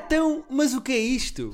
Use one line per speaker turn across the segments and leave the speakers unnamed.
Então, mas o que é isto?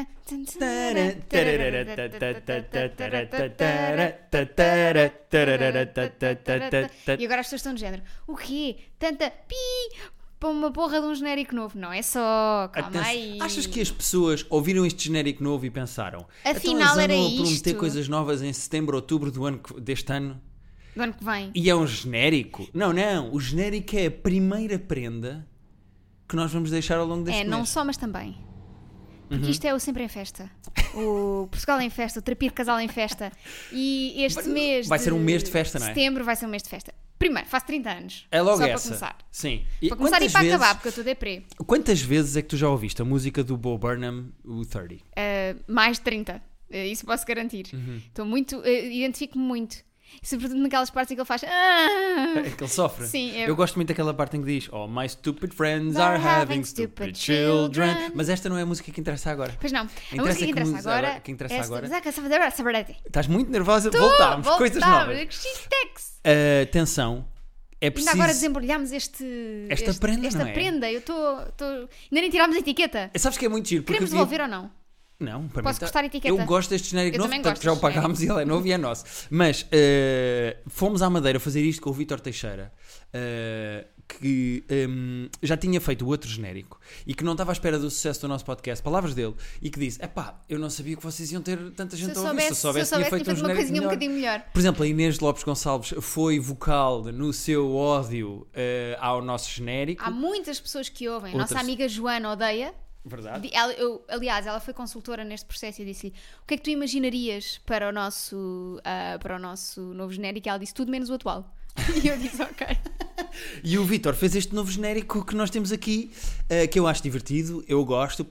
E agora as pessoas estão do género. O quê? Tanta pi para uma porra de um genérico novo. Não é só. Calma aí.
Achas que as pessoas ouviram este genérico novo e pensaram
Afinal
então
era
eles andam a prometer
isto.
coisas novas em setembro, outubro deste ano?
Do ano que vem.
E é um genérico? Não, o genérico é a primeira prenda que nós vamos deixar ao longo deste mês.
Não só, mas também. Porque isto é o Sempre em Festa. O Portugal em Festa, o Terapia de Casal em Festa. E este mês.
Vai ser um mês de festa, não é?
Setembro vai ser um mês de festa. Primeiro, faço 30 anos.
É logo
só
essa.
Para começar.
Sim.
Para começar e para acabar, porque eu estou deprê.
Quantas vezes é que tu já ouviste a música do Bo Burnham, o 30?
Mais de 30. Isso posso garantir. Estou muito. Identifico-me muito. Sobretudo naquelas partes em que ele faz.
É que ele sofre.
Sim,
eu gosto muito daquela parte em que diz: Oh, my stupid friends are having stupid children. Mas esta não é a música que interessa agora.
Pois não. A música que interessa agora.
Que interessa agora.
Estás
muito nervosa? Voltámos. Coisas novas. Atenção. É preciso...
Ainda agora desembrulhámos esta
prenda,
esta
não é?
prenda. Eu estou. Ainda nem tirámos a etiqueta.
Sabes que é muito giro.
Queremos devolver ou não?
Não, para
Posso
mim
gostar a etiqueta?
Eu gosto deste genérico novo,
também
portanto
gosto
já o pagámos e ele é novo e é nosso. Mas fomos à Madeira fazer isto com o Vítor Teixeira, que já tinha feito o outro genérico e que não estava à espera do sucesso do nosso podcast, palavras dele, e que disse: eu não sabia que vocês iam ter tanta gente a ouvir. Se eu soubesse tinha feito um genérico melhor.
Um bocadinho melhor.
Por exemplo, a Inês Lopes Gonçalves foi vocal no seu ódio ao nosso genérico.
Há muitas pessoas que ouvem. A nossa amiga Joana odeia.
Verdade.
Aliás, ela foi consultora neste processo e disse-lhe: o que é que tu imaginarias para o nosso novo genérico? E ela disse: tudo menos o atual. E eu disse: ok.
E o Vítor fez este novo genérico que nós temos aqui, que eu acho divertido, eu gosto.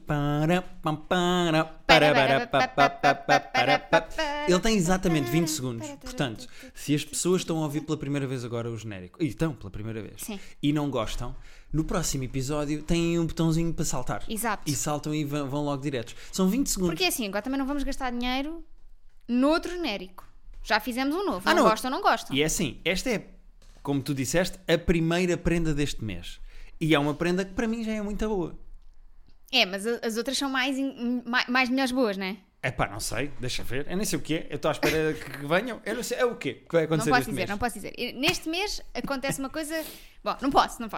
Ele tem exatamente 20 segundos. Portanto, se as pessoas estão a ouvir pela primeira vez agora o genérico, e estão pela primeira vez,
sim,
e não gostam, no próximo episódio têm um botãozinho para saltar.
Exato.
E saltam e vão logo diretos. São 20 segundos.
Porque assim, agora também não vamos gastar dinheiro noutro genérico. Já fizemos um novo. Não gostam, não gostam.
E é assim, esta é, como tu disseste, a primeira prenda deste mês. E é uma prenda que para mim já é muito boa. É,
mas as outras são mais melhores boas, não é?
Não sei, deixa ver. Eu nem sei o que é. Eu estou à espera que venham. Eu não sei. É o quê que vai acontecer neste mês?
Não posso dizer. Neste mês acontece uma coisa... Bom, não posso. Não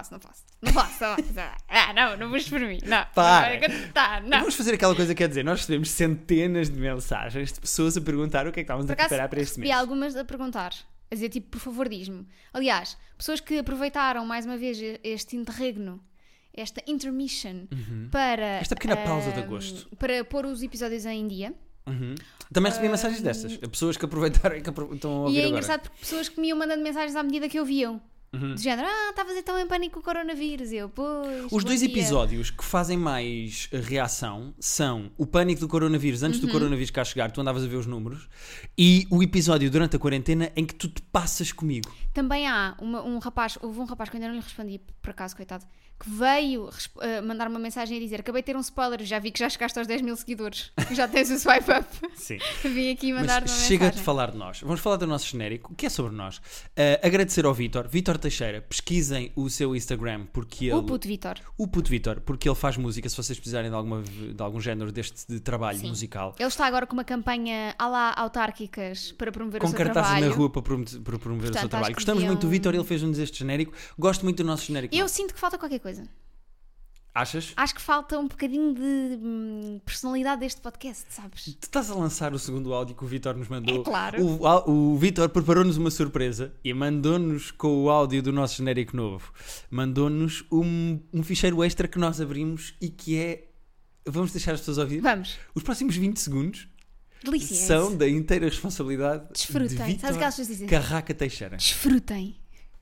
vos por mim. Não. Não.
Vamos fazer aquela coisa que quer dizer, nós recebemos centenas de mensagens de pessoas a perguntar o que é que estávamos a preparar para este mês.
E algumas a perguntar. A dizer, tipo, por favor, diz-me. Aliás, pessoas que aproveitaram mais uma vez este interregno, esta intermission, para...
esta pequena pausa de agosto.
Para pôr os episódios em dia.
Também recebi mensagens dessas. Pessoas que aproveitaram e que estão a ouvir agora.
E é engraçado porque pessoas que me iam mandando mensagens à medida que ouviam. De género, estavas então em pânico com o coronavírus.
Os dois episódios que fazem mais reação são o pânico do coronavírus antes do coronavírus cá chegar, tu andavas a ver os números, e o episódio durante a quarentena em que tu te passas comigo.
Também há um rapaz, houve um rapaz que eu ainda não lhe respondi, por acaso, coitado, que veio mandar uma mensagem a dizer: acabei de ter um spoiler, já vi que já chegaste aos 10 mil seguidores, já tens o swipe up.
Sim.
Vim aqui mandar uma mensagem.
Chega de falar de nós, vamos falar do nosso genérico, que é sobre nós. Agradecer ao Vítor Teixeira, pesquisem o seu Instagram, porque ele...
O Puto Vítor,
porque ele faz música, se vocês precisarem de algum género de trabalho musical.
Ele está agora com uma campanha à la autárquicas para promover o seu trabalho.
Com cartazes na rua para promover o seu trabalho. Gostamos muito do Vítor, ele fez-nos este genérico. Gosto muito do nosso genérico.
Eu sinto que falta qualquer coisa.
Achas?
Acho que falta um bocadinho de personalidade deste podcast, sabes?
Tu estás a lançar o segundo áudio que o Vítor nos mandou.
É claro.
O Vítor preparou-nos uma surpresa e mandou-nos com o áudio do nosso genérico novo. Mandou-nos um ficheiro extra que nós abrimos e que é... Vamos deixar as pessoas ouvir?
Vamos.
Os próximos 20 segundos
Delícia,
são da inteira responsabilidade
Desfrutem.
de Vítor
Sabes o que elas dizem?
Carraca Teixeira.
Desfrutem.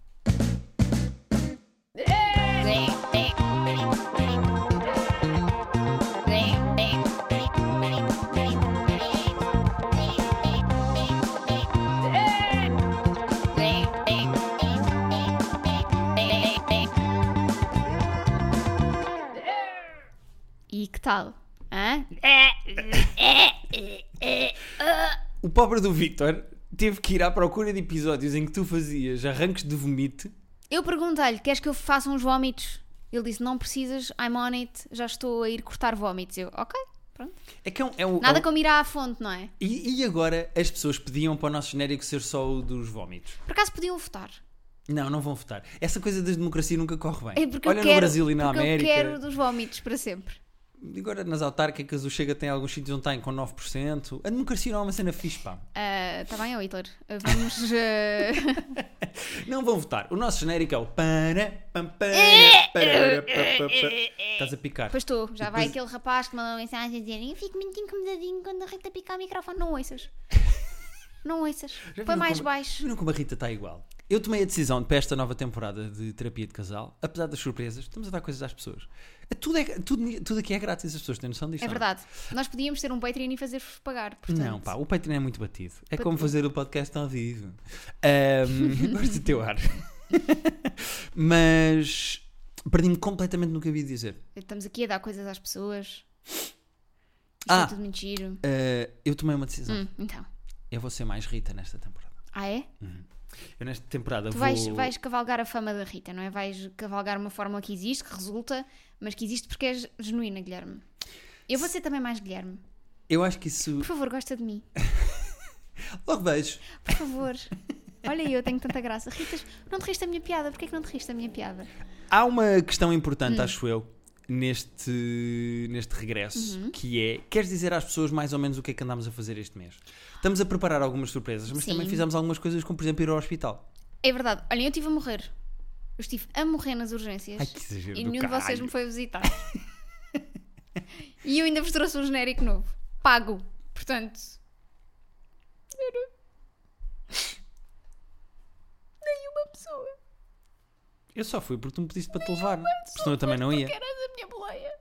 E que tal? Hã?
O pobre do Vítor teve que ir à procura de episódios em que tu fazias arranques de vomite.
Eu perguntei-lhe: queres que eu faça uns vómitos? Ele disse, não precisas, I'm on it, já estou a ir cortar vómitos. Eu, ok, pronto.
É que
Nada como ir à fonte, não é?
E agora as pessoas pediam para o nosso genérico ser só o dos vómitos.
Por acaso podiam votar.
Não vão votar. Essa coisa da democracia nunca corre bem.
É porque
Olha
eu quero,
no Brasil e na
porque
América.
eu quero dos vómitos para sempre.
Agora nas autárquicas o Chega tem alguns sítios onde está com 9%. A democracia não é uma cena fixe, pá.
Está bem, Hitler. Vamos...
Não vão votar. O nosso genérico é o Estás a picar.
Pois estou. Já vai
Depois-
aquele rapaz que mandou uma mensagem a dizer eu fico muito incomodadinho quando a Rita pica o microfone. Não ouças. Não ouças.
Já
Põe
viram
mais
como-
baixo.
Viram como a Rita está igual? Eu tomei a decisão para esta nova temporada de terapia de casal, apesar das surpresas, estamos a dar coisas às pessoas. Tudo aqui é grátis, as pessoas têm noção disto.
É
ou não?
verdade. Nós podíamos ter um Patreon e fazer-vos pagar. Portanto,
Não, pá, o Patreon é muito batido. É
Batido.
como fazer o podcast ao vivo. Gosto do teu ar. Mas perdi-me completamente no que havia de dizer.
Estamos aqui a dar coisas às pessoas. Isto
Ah.
é tudo muito giro.
Eu tomei uma decisão.
Então.
Eu vou ser mais Rita nesta temporada.
Ah, é?
Eu nesta temporada
Tu
vou...
vais cavalgar a fama da Rita, não é? Vais cavalgar uma fórmula que existe, que resulta, mas que existe porque és genuína, Guilherme. Eu vou ser também mais Guilherme.
Eu acho que isso...
Por favor, gosta de mim.
Logo vejo.
Por favor. Olha, eu tenho tanta graça. Rita, não te riste da minha piada? Porquê que não te riste da minha piada?
Há uma questão importante, acho eu, neste regresso, que é, queres dizer às pessoas mais ou menos o que é que andámos a fazer este mês? Estamos a preparar algumas surpresas, mas
Sim.
também fizemos algumas coisas, como por exemplo ir ao hospital.
É verdade. Olha, eu estive a morrer. Eu estive a morrer nas urgências.
Ai, que exagero
e
do
nenhum de vocês
caralho.
me foi visitar. E eu ainda vos trouxe um genérico novo. Pago. Portanto... Nenhuma pessoa.
Eu só fui porque tu me pediste para te levar, porque senão eu também não ia.
Que eras a minha boleia.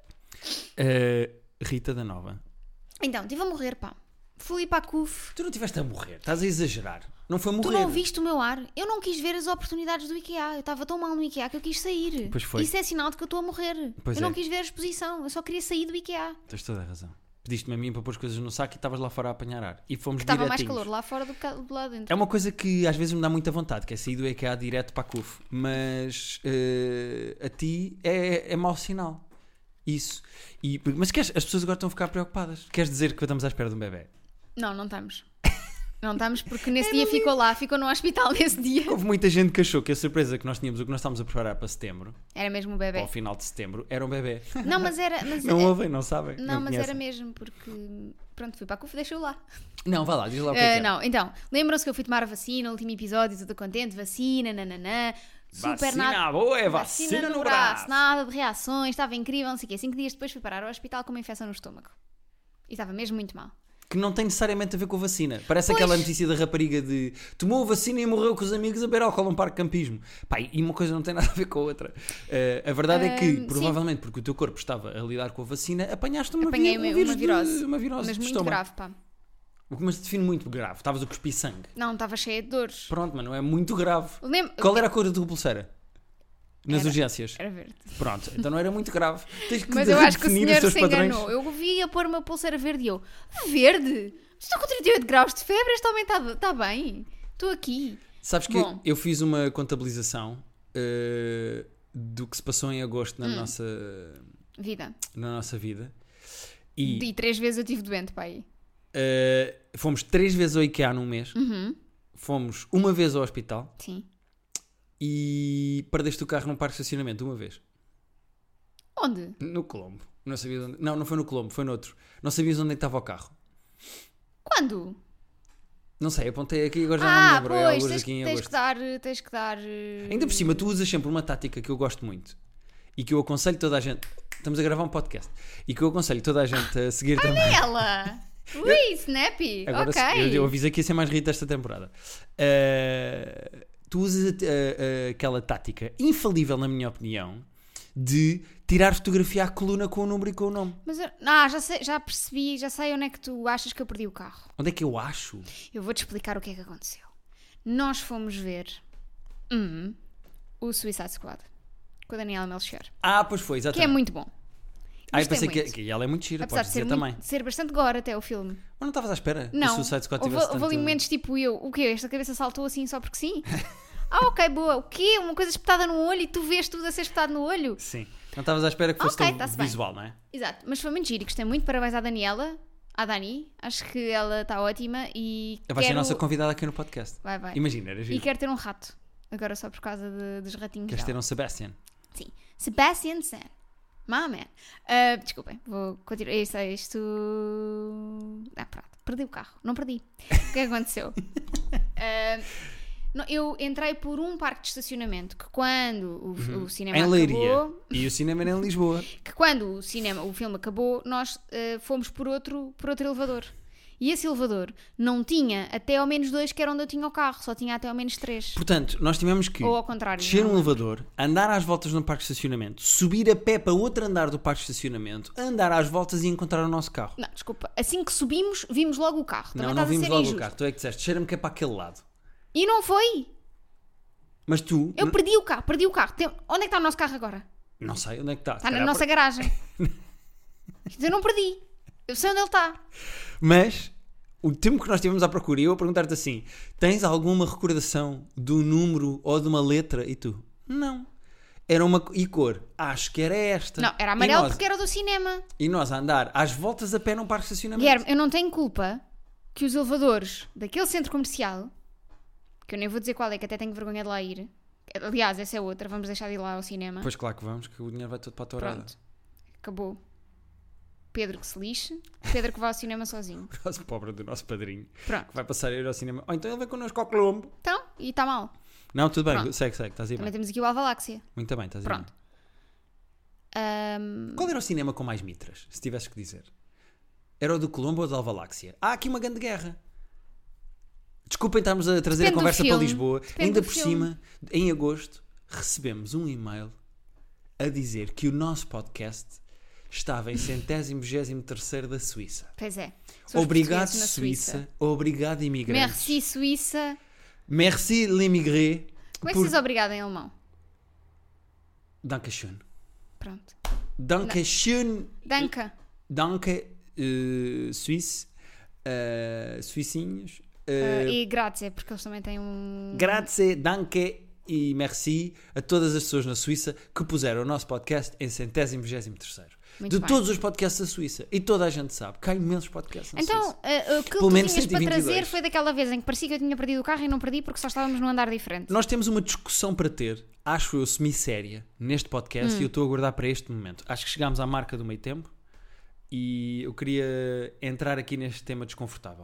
Rita da Nova,
Então, estive a morrer, pá. Fui para a CUF.
tu não estiveste a morrer, estás a exagerar. Não foi morrer.
Tu não ouviste o meu ar? Eu não quis ver as oportunidades do IKEA. Eu estava tão mal no IKEA que eu quis sair.
Pois foi.
Isso é sinal de que eu estou a morrer.
Pois
eu não
é.
quis ver a exposição. Eu só queria sair do IKEA.
Tens toda a razão. Pediste-me a mim para pôr as coisas no saco e estavas lá fora a apanhar ar. E fomos
Estava mais
direitinhos.
calor lá fora do lado dentro.
É uma coisa que às vezes me dá muita vontade, que é sair do IKEA direto para a CUF. Mas a ti é mau sinal. Isso. Mas as pessoas agora estão a ficar preocupadas. Queres dizer que estamos à espera de um bebê?
Não, não estamos. Não estamos porque nesse dia ficou no hospital nesse dia.
Houve muita gente que achou que a surpresa que nós tínhamos, o que nós estávamos a preparar para setembro,
Era mesmo o
para
bebê.
o final de setembro, era um bebê.
Não, mas era.
Não ouvem, não sabem.
Não, mas
conhecem.
era mesmo, porque pronto, fui para a CUF, deixou lá.
Não, vá lá, diz lá o que é que
Não, então, lembram-se que eu fui tomar a vacina no último episódio, tudo contente, vacina, nananã, super
Vacina
nada.
boa, é vacina no braço.
Nada de reações, estava incrível, não sei o quê. 5 dias depois fui parar ao hospital com uma infecção no estômago. E estava mesmo muito mal.
Que não tem necessariamente a ver com a vacina. Parece
Pois.
aquela notícia da rapariga de tomou a vacina e morreu com os amigos a beber álcool num parque de campismo. Pá, e uma coisa não tem nada a ver com a outra. A verdade é que,
Sim.
provavelmente porque o teu corpo estava a lidar com a vacina, apanhaste
Apanhei
um
uma
vírus
virose.
uma virose
Mas
de
muito
estômago.
grave, pá.
O que me define muito grave. Estavas a cuspir sangue.
Não, estava cheia de dores.
Pronto, mas não é muito grave.
Lembro...
Qual era a cor da tua pulseira? Nas
Era-
urgências?
Era verde.
Pronto, então não era muito grave. Tens que
Mas eu acho que o
definir
senhor
os teus
se
padrões.
enganou. Eu vi a pôr uma pulseira verde e eu... Verde? Estou com 38 graus de febre, este homem está bem. Estou aqui.
Sabes que
Bom.
eu fiz uma contabilização do que se passou em agosto na
Vida.
nossa vida. E
E 3 vezes eu estive doente, pai.
fomos 3 vezes ao IKEA num mês. Fomos uma vez ao hospital.
Sim.
E perdeste o carro num parque de estacionamento uma vez.
Onde?
No Colombo. Não sabias onde... Não foi no Colombo, foi noutro. Não sabias onde é que estava o carro.
Quando?
Não sei, apontei aqui, agora já não me lembro. É
Pois,
alguns
tens,
aqui em
tens
agosto.
que dar... Tens que dar...
Ainda por cima, tu usas sempre uma tática que eu gosto muito e que eu aconselho toda a gente. Estamos a gravar um podcast e que eu aconselho toda a gente a seguir também.
Ela! Ui, snappy!
Agora
Ok.
eu avisei que ia ser mais Rita esta temporada. Tu usas aquela tática infalível, na minha opinião, de tirar fotografia à coluna com o número e com o nome.
Mas eu, já percebi, já sei onde é que tu achas que eu perdi o carro.
Onde é que eu acho?
Eu vou-te explicar o que é que aconteceu. Nós fomos ver o Suicide Squad com a Daniela Melchior,
Pois foi,
que
exatamente.
é muito bom.
Eu
Gostei
pensei
muito.
que ela é muito gira,
Apesar
podes
de ser,
dizer também.
de ser bastante gore até o filme.
Mas não estavas à espera?
Não,
O Suicide Squad
houve
tivesse
ali
tanto...
momentos tipo eu, o quê? Esta cabeça saltou assim só porque sim? Ok, boa. O quê? Uma coisa espetada no olho e tu vês tudo a ser espetado no olho?
Sim. Não estavas à espera que fosse
Ok,
tão
tá-se bem.
visual, não é?
Exato. Mas foi muito giro e gostei muito. Parabéns à Daniela, à Dani. Acho que ela está ótima e
Vai ser
quero...
a nossa convidada aqui no podcast.
Vai.
Imagina, era
E
giro.
quero ter um rato. Agora só por causa dos ratinhos
Queres ter
dela.
um Sebastian?
Sim. Sebastian Stan. My man. Desculpem, vou continuar. Isto. Pronto. Perdi o carro. Não perdi. O que é que aconteceu? Eu entrei por um parque de estacionamento que quando o cinema
Em Leiria.
acabou...
E o cinema era em Lisboa.
Que quando o filme acabou, nós fomos por outro elevador. E esse elevador não tinha até ao menos 2, que era onde eu tinha o carro. Só tinha até ao menos 3.
Portanto, nós tivemos que
Ou ao contrário.
descer
não
um
é?
elevador, andar às voltas no parque de estacionamento, subir a pé para outro andar do parque de estacionamento, andar às voltas e encontrar o nosso carro.
Não, desculpa. Assim que subimos, vimos logo o carro. Também
Não
estás a
vimos
ser
logo
injusto.
o carro. Tu é que disseste, cheira-me que é para aquele lado.
E não foi.
Mas tu...
Eu perdi o carro. Onde é que está o nosso carro agora?
Não sei onde é que está.
Está na nossa garagem. Eu não perdi. Eu sei onde ele está.
Mas... O tempo que nós estivemos à procura, eu a perguntar-te assim: tens alguma recordação do número ou de uma letra? E tu? Não. Era uma. E cor? Acho que era esta.
Não, era amarelo
e nós,
porque era do cinema.
E nós a andar às voltas a pé num parque de estacionamento.
Guilherme, eu não tenho culpa que os elevadores daquele centro comercial, que eu nem vou dizer qual é, que até tenho vergonha de lá ir. Aliás, essa é outra, vamos deixar de ir lá ao cinema.
Pois claro que vamos, que o dinheiro vai todo para a tourada.
Pronto. Acabou. Pedro que se lixe. Pedro que vai ao cinema sozinho.
O nosso pobre do nosso padrinho,
Pronto.
que vai passar a ir ao cinema. Ou então ele vem connosco ao Colombo.
Então, e está mal.
Não, tudo bem,
Pronto.
segue, estás aí
Também
bem.
temos aqui o Alvaláxia.
Muito bem, estás aí
Pronto.
bem. Qual era o cinema com mais mitras, se tivesses que dizer? Era o do Colombo ou da Alvaláxia? Há aqui uma grande guerra. Desculpem estarmos a trazer
Depende
a conversa
do
para
filme.
Lisboa.
Depende
Ainda
do
por
filme.
cima, em agosto, recebemos um e-mail a dizer que o nosso podcast estava em 123º da Suíça.
Pois é. São os
Obrigado,
portugueses na
Suíça. Obrigado, imigrantes.
Merci, Suíça.
Merci, l'immigré.
Como é que se diz obrigado em alemão?
Dankeschön.
Pronto.
Dankeschön.
Danke.
Danke, Suíça. Suicinhos.
E grazie, porque eles também têm um...
Grazie, danke e merci a todas as pessoas na Suíça que puseram o nosso podcast em 123º.
Muito
De
bem.
todos os podcasts da Suíça. E toda a gente sabe que há imensos podcasts na
Então,
Suíça.
aquilo que
Pelo
tu
menos
tinhas para
122.
trazer foi daquela vez em que parecia que eu tinha perdido o carro e não perdi porque só estávamos num andar diferente.
Nós temos uma discussão para ter, acho eu, semi-séria, neste podcast e eu estou a aguardar para este momento. Acho que chegámos à marca do meio tempo e eu queria entrar aqui neste tema desconfortável.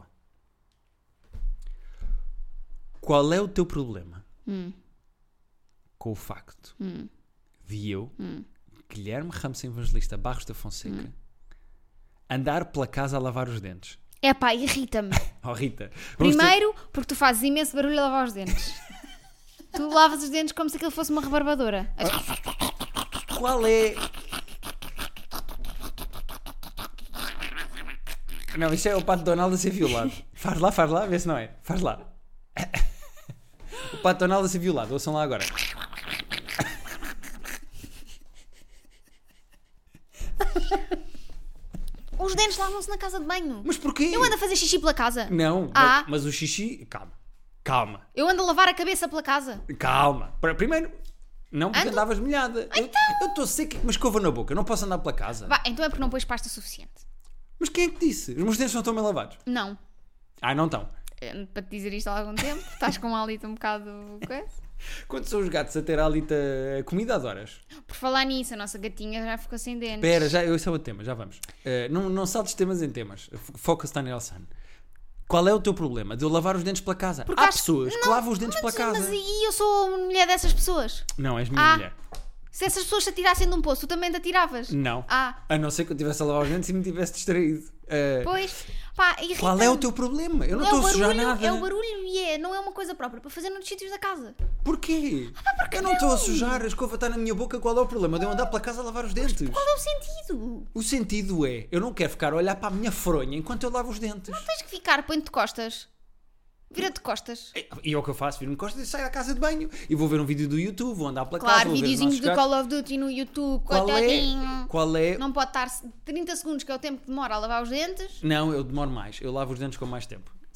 Qual é o teu problema com o facto de eu, Guilherme Ramos Evangelista Barros da Fonseca, andar pela casa a lavar os dentes?
Epá, irrita-me.
Oh Rita, vamos ter-
Primeiro, porque tu fazes imenso barulho a lavar os dentes. Tu lavas os dentes como se aquilo fosse uma rebarbadora.
qual é... Não, isto é o Pato Donald a ser violado. Faz lá, vê se não é. Faz lá. O Pato Donald a ser violado, ouçam lá agora.
Os dentes lavam-se na casa de banho.
Mas porquê?
Eu ando a fazer xixi pela casa.
Não,
Ah.
mas o xixi... Calma.
Eu ando a lavar a cabeça pela casa.
Primeiro, não porque
Ando?
andavas molhada. Eu estou seco com uma escova na boca, eu não posso andar pela casa.
Vá, então é porque não pões pasta suficiente.
Mas quem é que disse? Os meus dentes não estão bem lavados.
Não.
Ah, não estão.
Para te dizer isto há algum tempo, estás com um hálito um bocado... coisa.
Quando são os gatos a ter hálito a comida, adoras.
Por falar nisso, a nossa gatinha já ficou sem dentes.
Espera, esse é o tema, já vamos. Não saltes temas em temas. Foca-se na Nelson. Qual é o teu problema de eu lavar os dentes pela casa?
Porque
Há
acho-
pessoas que
não,
lavam os dentes pela casa.
Mas e eu sou uma mulher dessas pessoas.
Não, és minha mulher.
Se essas pessoas se atirassem de um poço, tu também te atiravas.
Não.
Ah,
A não ser que eu estivesse a lavar os dentes e me tivesse distraído.
pois. Pá, irrita-me.
Qual é o teu problema? Eu não estou a sujar nada.
É o barulho e não é uma coisa própria para fazer noutros sítios da casa.
Porquê? Eu não estou a sujar, a escova está na minha boca. Qual é o problema de eu andar pela casa a lavar os dentes?
Qual é o sentido?
O sentido é, eu não quero ficar a olhar para a minha fronha enquanto eu lavo os dentes.
Tens que ficar, põe-te de costas. Vira-te de costas.
E é o que eu faço, viro-me de costas e saio da casa de banho. E vou ver um vídeo do YouTube, vou andar pela casa,
Claro,
vou ver os
videozinhos
nossos
do
gatos.
Call of Duty no YouTube,
Qual
coitadinho.
Qual é?
Não pode estar 30 segundos, que é o tempo que demora a lavar os dentes.
Não, eu demoro mais. Eu lavo os dentes com mais tempo.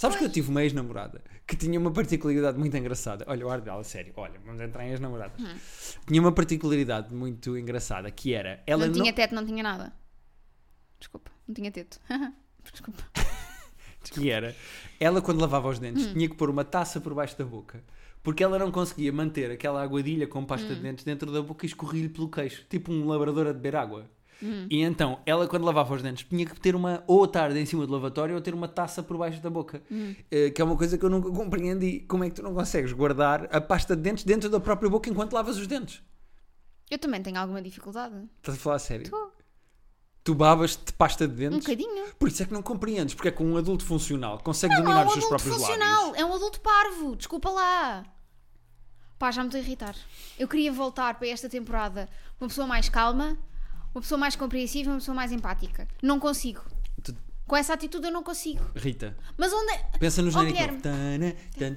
Sabes que eu tive uma ex-namorada que tinha uma particularidade muito engraçada. Olha, o ar dela, sério. Olha, vamos entrar em ex-namoradas. Tinha uma particularidade muito engraçada que era... Ela
não tinha teto, não tinha nada. Desculpa, não tinha teto. Desculpa.
Que era... Ela, quando lavava os dentes, tinha que pôr uma taça por baixo da boca. Porque ela não conseguia manter aquela aguadilha com pasta de dentes dentro da boca e escorria-lhe pelo queixo. Tipo um labrador a beber água. E então, ela quando lavava os dentes tinha que ter ou estar em cima do lavatório ou ter uma taça por baixo da boca. Que é uma coisa que eu nunca compreendi. Como é que tu não consegues guardar a pasta de dentes dentro da própria boca enquanto lavas os dentes?
Eu também tenho alguma dificuldade.
Estás a falar a sério?
Tô.
Tu babas de pasta de dentes?
Um bocadinho.
Por isso é que não compreendes. Porque é que um adulto funcional consegue dominar os seus próprios lábios.
É um adulto parvo. Desculpa lá. Pá, já me estou a irritar. Eu queria voltar para esta temporada uma pessoa mais calma, uma pessoa mais compreensiva, uma pessoa mais empática. Não consigo. Com essa atitude eu não consigo.
Rita,
Mas onde é...
pensa no genérico.
Guilherme.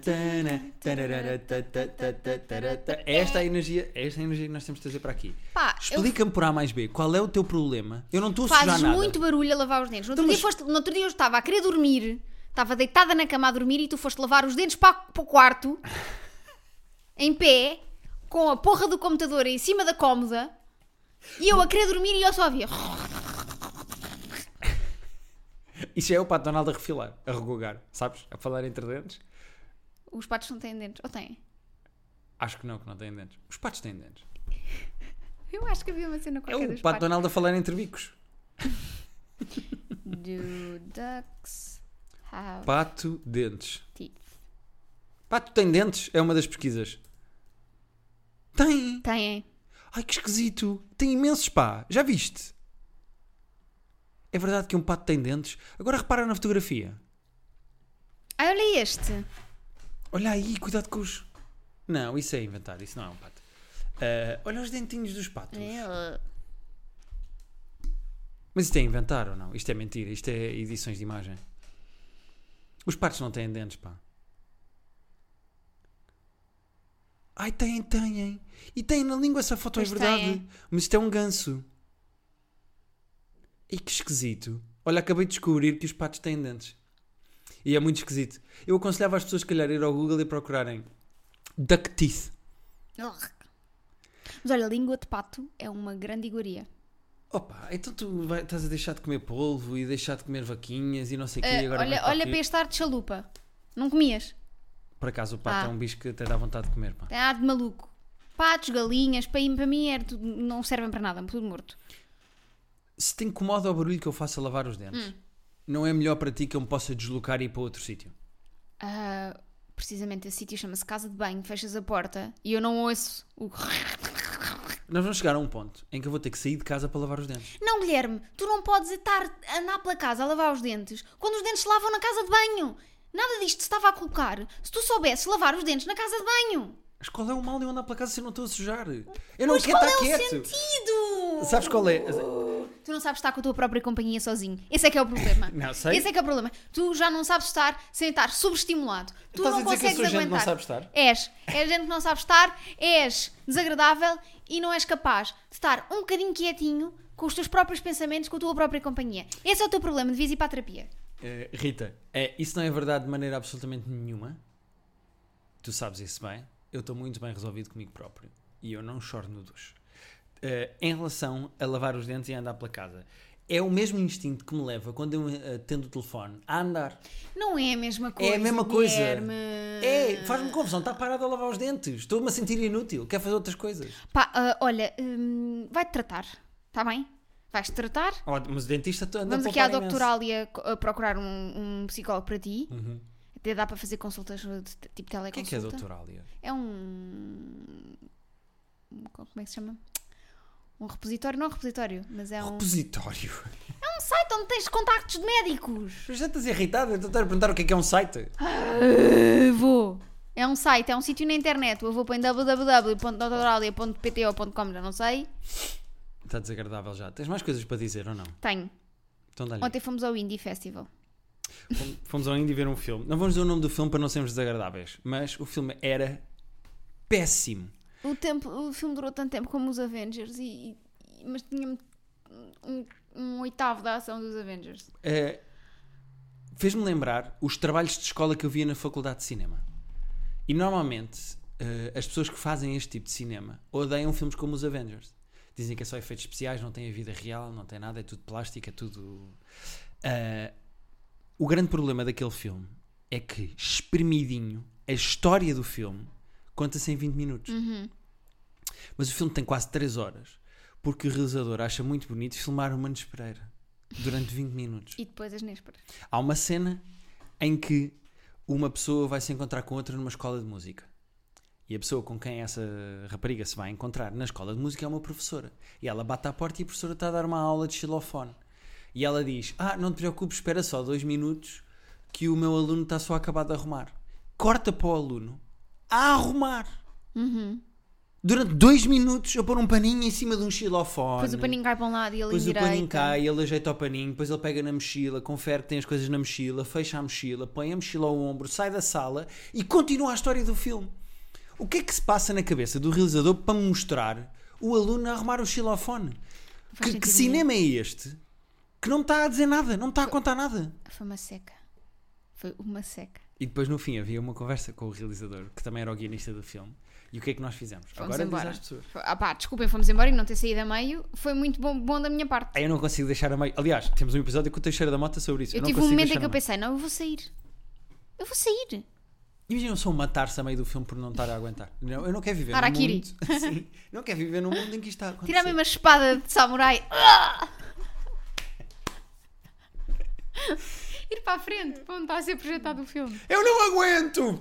Esta é a energia que nós temos de trazer para aqui.
Pá,
Explica-me por A mais B qual é o teu problema. Eu não estou a sujar
fazes
nada.
muito barulho a lavar os dentes. No outro,
Então,
dia no outro dia eu estava a querer dormir, estava deitada na cama a dormir e tu foste lavar os dentes para o quarto, em pé, com a porra do computador em cima da cómoda, e eu a querer dormir e eu só via...
Isso é o Pato Donald a refilar, a regogar, sabes? A falar entre dentes.
Os patos não têm dentes. Ou têm?
Acho que não têm dentes. Os patos têm dentes.
Eu acho que havia uma cena
É
qualquer
o
dos
Pato
patos.
Donald a falar entre bicos.
Do ducks have
Pato, dentes.
teeth?
Pato tem dentes? É uma das pesquisas. Tem!
Têm.
Ai, que esquisito! Tem imensos, pá! Já viste? É verdade que um pato tem dentes? Agora repara na fotografia.
Ah, olha este.
Olha aí, cuidado com os... Não, isso é inventado, isso não é um pato. Olha os dentinhos dos patos. Mas isto é inventar ou não? Isto é mentira, isto é edições de imagem. Os patos não têm dentes, pá. Ai, têm. E têm na língua, essa foto
Pois
é verdade.
têm.
Mas isto é um ganso. E que esquisito. Olha, acabei de descobrir que os patos têm dentes. E é muito esquisito. Eu aconselhava as pessoas, se calhar, a ir ao Google e procurarem duck teeth.
Mas olha, a língua de pato é uma grande iguaria.
Opa, então tu estás a deixar de comer polvo e deixar de comer vaquinhas e não sei o quê. Agora
Olha para este ar de chalupa. Não comias?
Por acaso o pato é um bicho que até dá vontade de comer, pá.
Tem ar de maluco. Patos, galinhas, para mim não servem para nada, tudo morto.
Se te incomoda o barulho que eu faço a lavar os dentes, não é melhor para ti que eu me possa deslocar e ir para outro sítio?
Precisamente esse sítio chama-se casa de banho, fechas a porta e eu não ouço o...
Nós vamos chegar a um ponto em que eu vou ter que sair de casa para lavar os dentes.
Não, Guilherme, tu não podes a andar pela casa a lavar os dentes quando os dentes se lavam na casa de banho. Nada disto se estava a colocar se tu soubesses lavar os dentes na casa de banho.
Mas qual é o mal de eu andar pela casa se eu não estou a sujar? Eu não quero
Qual
estar
é
quieto.
o sentido?
Sabes qual é?
Tu não sabes estar com a tua própria companhia sozinho. Esse é que é o problema.
Não sei.
Esse é que é o problema. Tu já não sabes estar sem estar sobreestimulado. Tu
Estás
não
a dizer que eu
consegues
sou gente que
aguentar.
não sabe estar?
És gente que não sabe estar, és desagradável e não és capaz de estar um bocadinho quietinho com os teus próprios pensamentos, com a tua própria companhia. Esse é o teu problema, devias ir para a terapia.
Rita, isso não é verdade de maneira absolutamente nenhuma. Tu sabes isso bem. Eu estou muito bem resolvido comigo próprio. E eu não choro no duche. Em relação a lavar os dentes e a andar pela casa, é o mesmo instinto que me leva, quando eu atendo o telefone, a andar.
Não é a mesma coisa.
É a mesma coisa.
Guilherme.
Faz-me confusão. Está parado a lavar os dentes. Estou-me a sentir inútil. Quero fazer outras coisas.
Pá, olha, vai-te tratar. Está bem? Vais-te tratar.
Mas o dentista anda
Vamos
a
aqui à
poupar imenso.
Doctorália a procurar um psicólogo para ti.
Uhum.
Até dá para fazer consultas de tipo teleconsulta.
Quem é que é doutorália?
É como é que se chama? Um repositório, não é um repositório, mas é um
Repositório?
site onde tens contactos de médicos.
Mas já estás irritado? Eu estou a perguntar o que é um site.
Vou. É um site, é um sítio na internet. Eu vou para www.doutoralia.pt ou .com, já não sei.
Está desagradável já. Tens mais coisas para dizer ou não?
Tenho.
Então dá-lhe.
Ontem fomos ao Indie Festival.
Fomos ao Indie ver um filme. Não vamos dizer o nome do filme para não sermos desagradáveis, mas o filme era péssimo.
O filme durou tanto tempo como os Avengers, mas tinha um oitavo da ação dos Avengers.
fez-me lembrar os trabalhos de escola que eu via na faculdade de cinema. E normalmente as pessoas que fazem este tipo de cinema odeiam filmes como os Avengers. Dizem que é só efeitos especiais, não tem a vida real, não tem nada, é tudo plástico, é tudo... O grande problema daquele filme é que, espremidinho, a história do filme conta-se em 20 minutos. Mas o filme tem quase 3 horas, porque o realizador acha muito bonito filmar uma Nespereira durante 20 minutos.
E depois as nésperas.
Há uma cena em que uma pessoa vai se encontrar com outra numa escola de música. E a pessoa com quem essa rapariga se vai encontrar na escola de música é uma professora. E ela bate à porta e a professora está a dar uma aula de xilofone. E ela diz, não te preocupes, espera só 2 minutos que o meu aluno está só acabado de arrumar. Corta para o aluno a arrumar. Durante 2 minutos a pôr um paninho em cima de um xilofone.
Depois o paninho cai para um lado e ele
Depois
endireita.
o paninho cai, ele ajeita o paninho, depois ele pega na mochila, confere que tem as coisas na mochila, fecha a mochila, põe a mochila ao ombro, sai da sala e continua a história do filme. O que é que se passa na cabeça do realizador para mostrar o aluno a arrumar o xilofone? Que cinema é este que não está a dizer nada, não está a contar nada?
Foi uma seca. Foi uma seca.
E depois no fim havia uma conversa com o realizador, que também era o guionista do filme. E o que é que nós fizemos?
Fomos
Agora
embora.
diz às pessoas.
Desculpem, fomos embora e não ter saído a meio. Foi muito bom da minha parte.
Eu não consigo deixar a meio. Aliás, temos um episódio com o Teixeira da Mota sobre isso.
Eu
não
tive um
consigo
momento em
deixar
que eu
a meio.
pensei, não, eu vou sair. Eu vou sair.
Imagina só matar-se a meio do filme por não estar a aguentar. Não, eu não quero viver
Harakiri.
num mundo... Sim, não quero viver num mundo em que isto está a acontecer.
Tirar mesmo a espada de samurai. Ir para a frente, para onde está a ser projetado o filme.
Eu não aguento!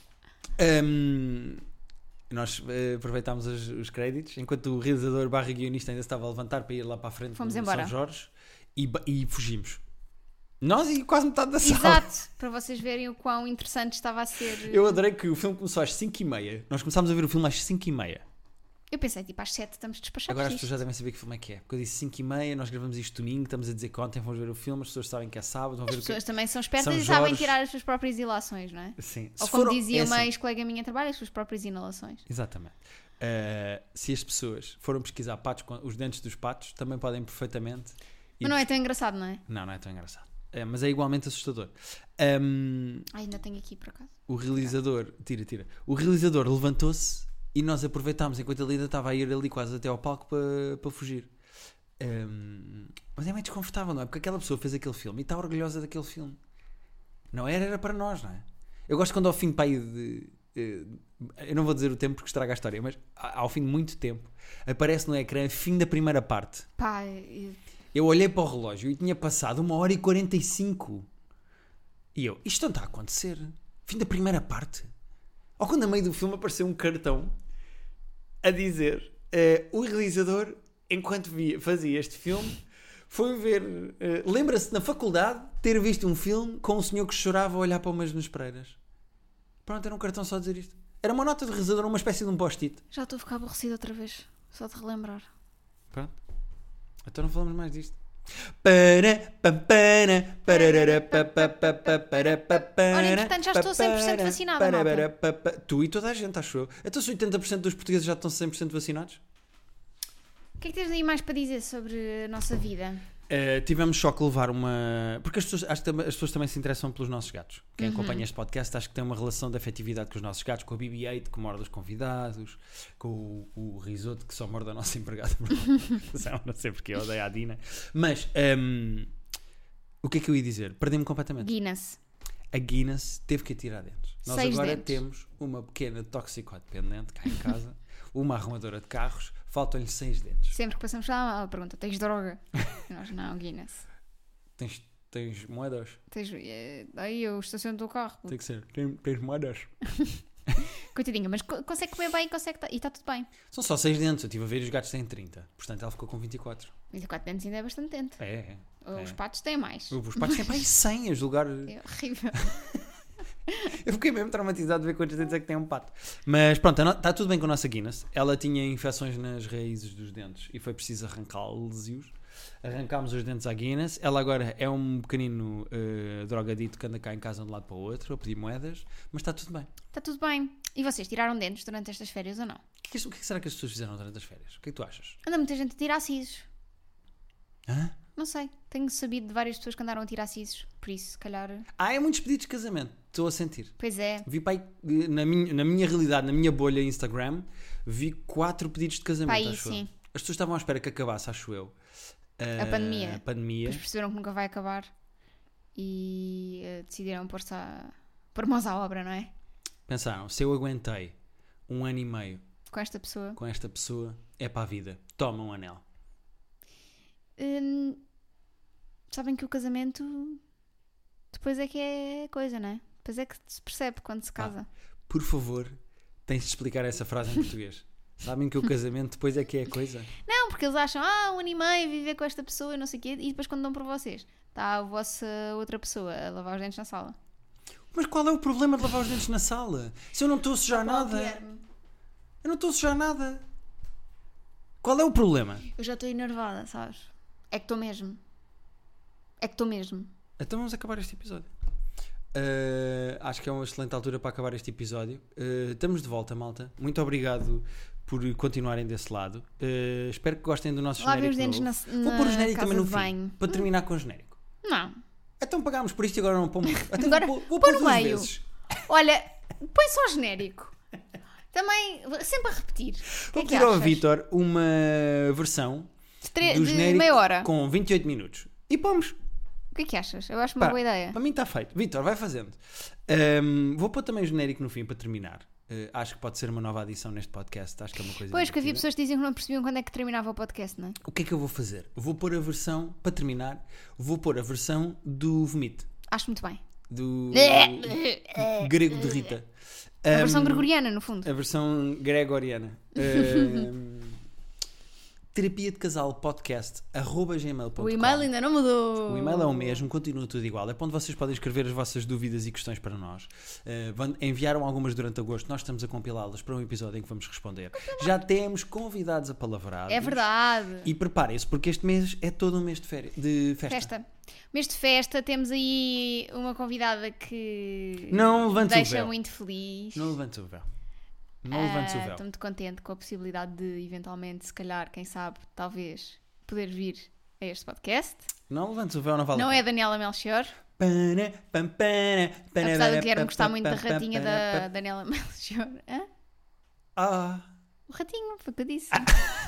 Nós aproveitámos os créditos, enquanto o realizador / guionista ainda estava a levantar para ir lá para a frente
Fomos
do
embora.
São Jorge e fugimos. Nós e quase metade da sala.
Exato, para vocês verem o quão interessante estava a ser.
Eu adorei que o filme começou às 5h30. Nós começámos a ver o filme às 5h30.
Eu pensei, tipo, às 7 estamos despachados.
Agora as
disto.
pessoas já devem saber que filme é que é. Porque eu disse 5h30, nós gravamos isto domingo, estamos a dizer que ontem vamos ver o filme, as pessoas sabem que é sábado, vão ver
As
o que
pessoas também são espertas
São
e sabem
Jorge.
tirar as suas próprias ilações, não é?
Sim.
Ou
Se
como
for-
dizia
é
uma
assim.
ex-colega minha de trabalho, as suas próprias inalações.
Exatamente. Se as pessoas foram pesquisar patos, os dentes dos patos, também podem perfeitamente.
Mas não é tão engraçado, não é?
Não é tão engraçado. Mas é igualmente assustador.
Ainda tenho aqui por acaso.
O realizador, tira. O realizador levantou-se e nós aproveitámos enquanto ele ainda estava a ir ali quase até ao palco para fugir. Mas é meio desconfortável, não é? Porque aquela pessoa fez aquele filme e está orgulhosa daquele filme. Não era para nós, não é? Eu gosto quando ao fim de eu não vou dizer o tempo porque estraga a história, mas ao fim de muito tempo aparece no ecrã fim da primeira parte.
Pá,
Eu olhei para o relógio e tinha passado 1h45 e eu, isto não está a acontecer, fim da primeira parte. Ou quando a meio do filme apareceu um cartão a dizer o realizador, enquanto fazia este filme, foi ver, lembra-se na faculdade ter visto um filme com um senhor que chorava a olhar para umas Nespereiras. Pronto, era um cartão só a dizer isto. Era uma nota de realizador, uma espécie de um post-it.
já estou a ficar aborrecida outra vez. Só de relembrar.
Pronto. Então não falamos mais disto.
Olha, entretanto, já estou 100% vacinada, malta.
Tu e toda a gente, acho eu. Então se 80% dos portugueses já estão 100% vacinados?
O que é que tens aí mais para dizer sobre a nossa vida?
Tivemos só que levar uma... Porque acho que as pessoas também se interessam pelos nossos gatos. Quem acompanha este podcast acho que tem uma relação de afetividade com os nossos gatos, com a BB-8 que morde os convidados, com o Risoto que só morde a nossa empregada. Não sei porque eu odeio a Dina. Mas o que é que eu ia dizer? Perdi-me completamente.
Guinness.
A Guinness teve que tirar dentes. Nós
6
agora
dentes.
temos uma pequena toxicodependente cá em casa, uma arrumadora de carros, faltam-lhe 6 dentes.
Sempre que passamos lá, ela pergunta: tens droga? E nós, não, Guinness.
Tens moedas?
Tens, aí eu estaciono o teu carro.
Tem que ser. Tens moedas?
Coitadinha, mas consegue comer bem e está tudo bem.
São só 6 dentes, eu estive a ver e os gatos têm 30. Portanto, ela ficou com 24.
24 dentes ainda é bastante dente.
É.
Os patos têm mais.
Os patos têm para aí 100 a julgar.
É horrível.
Eu fiquei mesmo traumatizado de ver quantos dentes é que tem um pato. Mas pronto, está tudo bem com a nossa Guinness. Ela tinha infecções nas raízes dos dentes e foi preciso arrancá-los. Arrancámos os dentes à Guinness. Ela agora é um pequenino drogadito que anda cá em casa de um lado para o outro a pedir moedas. Mas está tudo bem.
Está tudo bem. E vocês tiraram dentes durante estas férias ou não?
O que será que as pessoas fizeram durante as férias? O que é que tu achas?
Anda muita gente a tirar sisos.
Hã?
Não sei. Tenho sabido de várias pessoas que andaram a tirar sisos. Por isso, se calhar...
É muitos pedidos de casamento. Estou a sentir.
Pois é.
Vi para aí, na minha realidade, na minha bolha Instagram, vi 4 pedidos de casamento,
Para aí,
acho eu.
sim.
As pessoas estavam à espera que acabasse, acho eu.
A pandemia.
A pandemia.
Depois perceberam que nunca vai acabar. E decidiram pôr mãos à obra, não é?
Pensaram, se eu aguentei 1 ano e meio
Com esta pessoa.
com esta pessoa, é para a vida. Toma um anel.
Sabem que o casamento depois é que é coisa, não é? Depois é que se percebe quando se casa.
Por favor, tens de explicar essa frase em português. Sabem que o casamento depois é que é coisa?
Não, porque eles acham, 1 ano e meio viver com esta pessoa e não sei o quê, e depois quando dão para vocês, está a vossa outra pessoa a lavar os dentes na sala.
Mas qual é o problema de lavar os dentes na sala? Se eu não estou a sujar nada. Eu não estou a sujar nada. Qual é o problema?
Eu já estou enervada, sabes? É que estou mesmo.
Então vamos acabar este episódio. Acho que é uma excelente altura para acabar este episódio. Estamos de volta, malta. Muito obrigado por continuarem desse lado. Espero que gostem do nosso
Lavem
genérico
os dentes
novo. Vou pôr o genérico
casa
também no
de
fim.
banho.
Para terminar com o genérico.
Não.
Então pagámos por isto e agora não pomos.
Agora,
Vou
põe
pôr
no
2
meio.
vezes.
Olha, põe só genérico. Também, sempre a repetir.
Vou
que
pedir ao Vítor uma versão do
de
genérico
meia hora.
com 28 minutos. E pomos.
O que é que achas? Eu acho uma boa ideia.
Para mim está feito. Vítor, vai fazendo. Vou pôr também o genérico no fim para terminar. Acho que pode ser uma nova adição neste podcast. Acho que é uma coisa
Pois, que havia
divertida.
pessoas que diziam que não percebiam quando é que terminava o podcast, não é?
O que é que eu vou fazer? Vou pôr a versão, para terminar, vou pôr a versão do vomito.
Acho muito bem.
Do grego de Rita.
A versão gregoriana, no fundo.
A versão gregoriana. Terapia de Casal Podcast @gmail.com.
O e-mail ainda não mudou.
O e-mail é o mesmo, continua tudo igual. É para onde vocês podem escrever as vossas dúvidas e questões para nós. Enviaram algumas durante agosto, nós estamos a compilá-las para um episódio em que vamos responder. Já temos convidados apalavrados.
É verdade.
E preparem-se, porque este mês é todo um mês de festa.
Mês de festa, temos aí uma convidada que
Não levantes o
deixa
véu.
muito feliz.
Não levantes o véu. Não levantes o véu.
Estou muito contente com a possibilidade de, eventualmente, se calhar, quem sabe, talvez, poder vir a este podcast.
Não levantes o véu, não vale a
Não
pena.
é Daniela Melchior. Apesar de Guilherme gostar muito da ratinha da Daniela Melchior. Hã? O ratinho, foi o que eu disse.